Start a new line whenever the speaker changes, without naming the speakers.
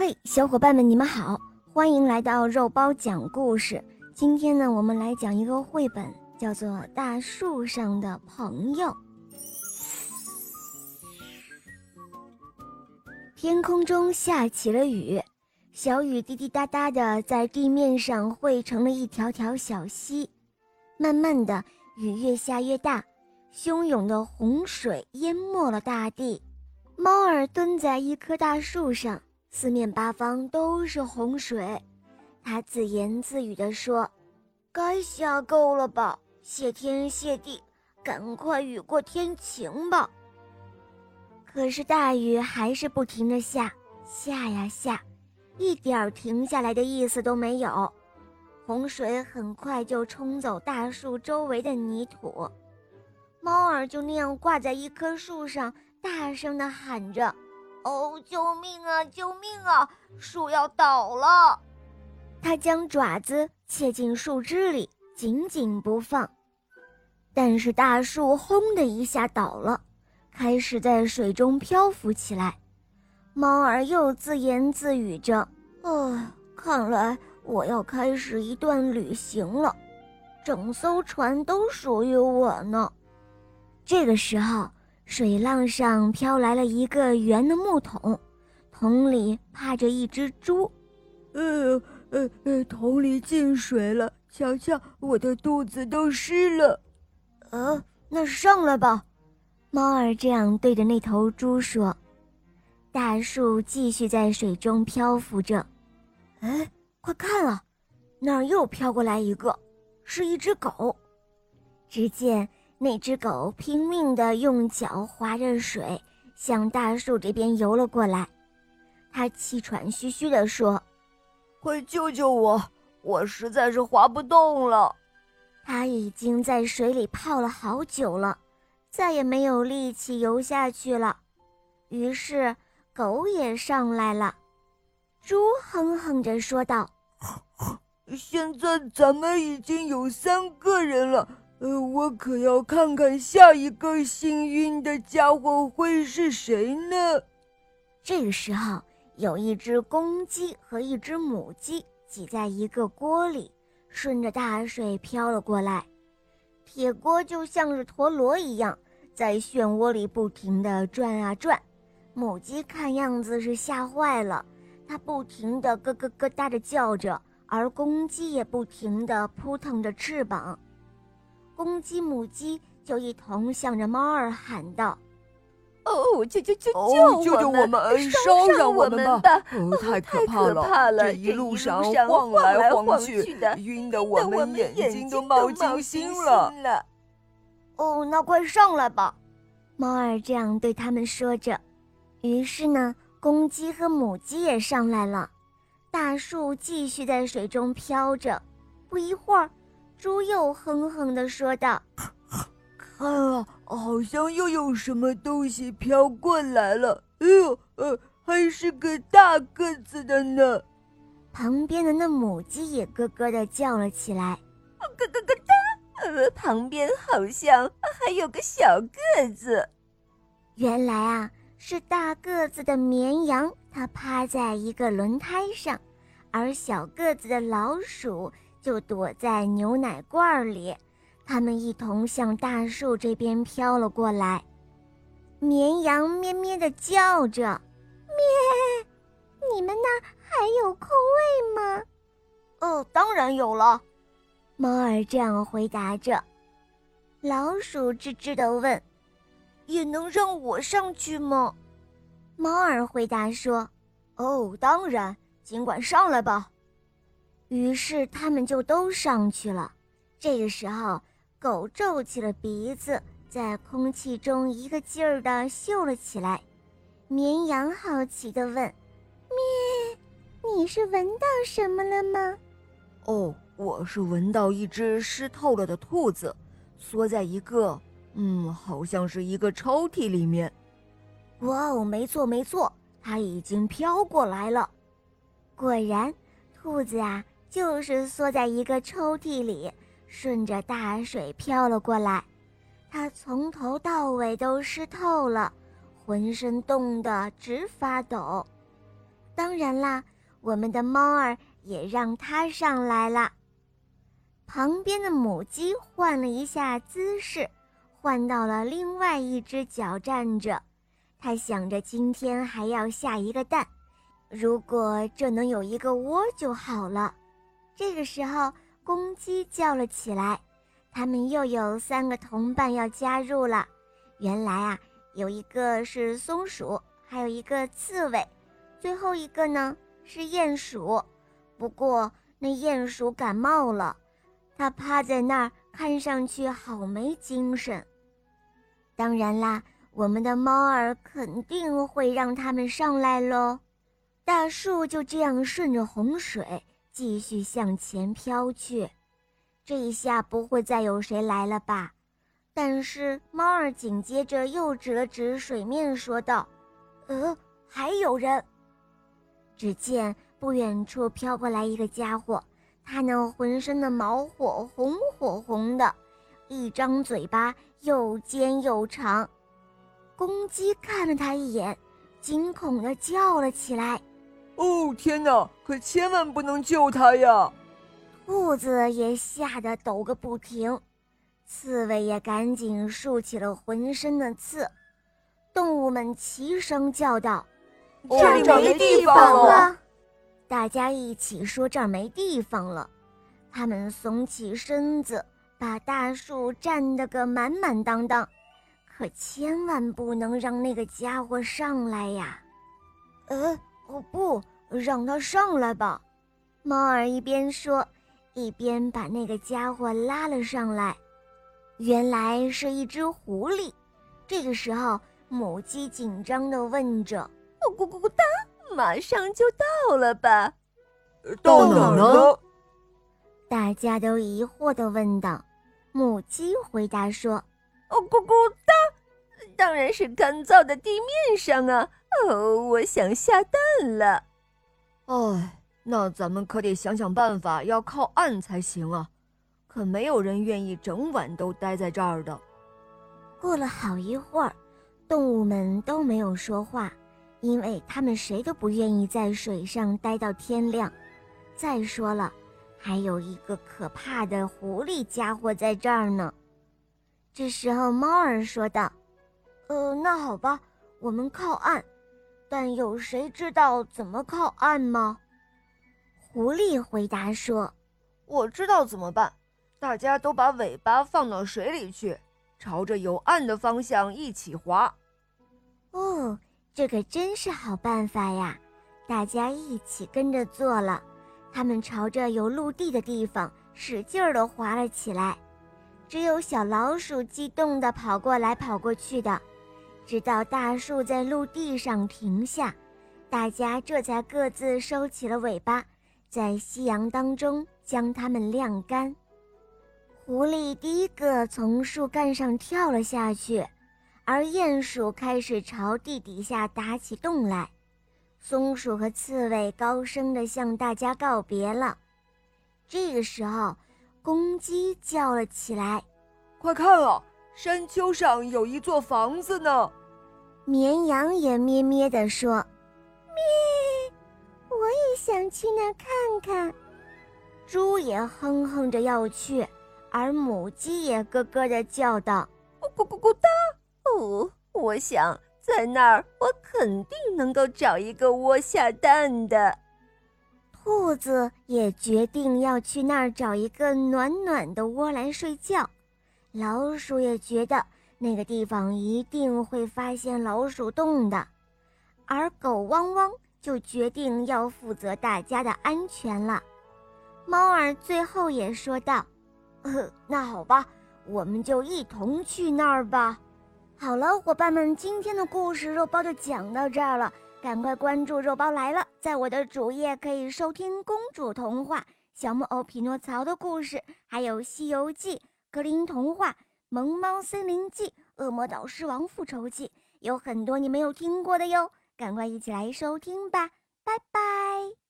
嘿，小伙伴们，你们好，欢迎来到肉包讲故事。今天呢，我们来讲一个绘本，叫做《大树上的朋友》。天空中下起了雨，小雨滴滴答答的在地面上汇成了一条条小溪。慢慢的，雨越下越大，汹涌的洪水淹没了大地。猫儿蹲在一棵大树上，四面八方都是洪水。他自言自语地说：该下够了吧，谢天谢地，赶快雨过天晴吧。可是大雨还是不停地下，下呀下，一点停下来的意思都没有。洪水很快就冲走大树周围的泥土，猫儿就那样挂在一棵树上，大声地喊着：哦，救命啊，救命啊，树要倒了。它将爪子切进树枝里，紧紧不放。但是大树轰的一下倒了，开始在水中漂浮起来。猫儿又自言自语着：看来我要开始一段旅行了，整艘船都属于我呢。这个时候，水浪上飘来了一个圆的木桶，桶里趴着一只猪。
桶里进水了，瞧瞧，我的肚子都湿了。
那上来吧。猫儿这样对着那头猪说。大树继续在水中漂浮着。快看啊，那儿又飘过来一个，是一只狗。只见那只狗拼命地用脚划着水，向大树这边游了过来。它气喘吁吁地说：
快救救我，我实在是划不动了。
它已经在水里泡了好久了，再也没有力气游下去了。于是狗也上来了。猪哼哼着说道：
现在咱们已经有3个人了，我可要看看下一个幸运的家伙会是谁呢？
这个时候，有一只公鸡和一只母鸡挤在一个锅里，顺着大水飘了过来。铁锅就像是陀螺一样，在漩涡里不停地转啊转。母鸡看样子是吓坏了，它不停地咯咯咯哒地叫着，而公鸡也不停地扑腾着翅膀。公鸡母鸡就一同向着猫儿喊道：
救我们，捎上我们吧！太可怕了，这一路上晃来晃去，晕得我们眼睛都冒金星了。
那快上来吧。猫儿这样对他们说着。于是呢，公鸡和母鸡也上来了。大树继续在水中飘着。不一会儿，猪又哼哼地说道：
看啊，好像又有什么东西飘过来了。还是个大个子的呢。
旁边的那母鸡也咯咯地叫了起来。
咯咯咯哒，旁边好像还有个小个子。
原来啊，是大个子的绵羊，它趴在一个轮胎上，而小个子的老鼠就躲在牛奶罐里。他们一同向大树这边飘了过来。绵羊咩咩地叫着：咩，你们那儿还有空位吗？当然有了。猫儿这样回答着。老鼠吱吱地问：也能让我上去吗？猫儿回答说：当然，尽管上来吧。于是他们就都上去了。这个时候，狗皱起了鼻子，在空气中一个劲儿地嗅了起来。绵羊好奇地问：咩，你是闻到什么了吗？
我是闻到一只湿透了的兔子，缩在一个好像是一个抽屉里面。
没错没错，它已经飘过来了。果然，兔子啊，就是缩在一个抽屉里，顺着大水飘了过来。它从头到尾都湿透了，浑身冻得直发抖。 当然啦，我们的猫儿也让它上来了。旁边的母鸡换了一下姿势，换到了另外一只脚站着。它想着今天还要下一个蛋，如果这能有一个窝就好了。这个时候，公鸡叫了起来，它们又有3个同伴要加入了。原来啊，有一个是松鼠，还有一个刺猬，最后一个呢是鼹鼠。不过那鼹鼠感冒了，它趴在那儿，看上去好没精神。当然啦，我们的猫儿肯定会让它们上来咯。大树就这样顺着洪水继续向前飘去。这一下不会再有谁来了吧？但是猫儿紧接着又指了指水面说道：还有人。只见不远处飘过来一个家伙，他那浑身的毛火红火红的，一张嘴巴又尖又长。公鸡看了他一眼，惊恐地叫了起来：
哦，天哪，可千万不能救他呀！
兔子也吓得抖个不停，刺猬也赶紧竖起了浑身的刺。动物们齐声叫道：
这儿没地方了！
大家一起说这儿没地方了。他们耸起身子，把大树占得个满满当当，可千万不能让那个家伙上来呀！不，让他上来吧。猫儿一边说，一边把那个家伙拉了上来。原来是一只狐狸。这个时候，母鸡紧张地问着：
咕咕咕哒，马上就到了吧？
到哪儿呢？
大家都疑惑地问道。母鸡回答说：
咕咕哒，当然是干燥的地面上啊！我想下蛋了。
那咱们可得想想办法，要靠岸才行啊！可没有人愿意整晚都待在这儿的。
过了好一会儿，动物们都没有说话，因为他们谁都不愿意在水上待到天亮。再说了，还有一个可怕的狐狸家伙在这儿呢。这时候猫儿说道：那好吧，我们靠岸，但有谁知道怎么靠岸吗？狐狸回答说：
我知道怎么办，大家都把尾巴放到水里去，朝着有岸的方向一起划。
哦，这可真是好办法呀！大家一起跟着做了，他们朝着有陆地的地方使劲儿地划了起来。只有小老鼠激动地跑过来跑过去的，直到大树在陆地上停下，大家这才各自收起了尾巴，在夕阳当中将它们晾干。狐狸第一个从树干上跳了下去，而鼹鼠开始朝地底下打起洞来。松鼠和刺猬高声地向大家告别了。这个时候，公鸡叫了起来：
快看啊，山丘上有一座房子呢！
绵羊也咩咩地说：咩，我也想去那儿看看。猪也哼哼着要去，而母鸡也咯咯地叫道：
咕咕咕哒！我想在那儿我肯定能够找一个窝下蛋的。
兔子也决定要去那儿找一个暖暖的窝来睡觉。老鼠也觉得那个地方一定会发现老鼠洞的，而狗汪汪就决定要负责大家的安全了。猫儿最后也说道：那好吧，我们就一同去那儿吧。好了，伙伴们，今天的故事肉包就讲到这儿了，赶快关注肉包来了，在我的主页可以收听公主童话、小木偶匹诺曹的故事，还有西游记、格林童话、萌猫森林记、恶魔岛狮王复仇记，有很多你没有听过的哟，赶快一起来收听吧，拜拜。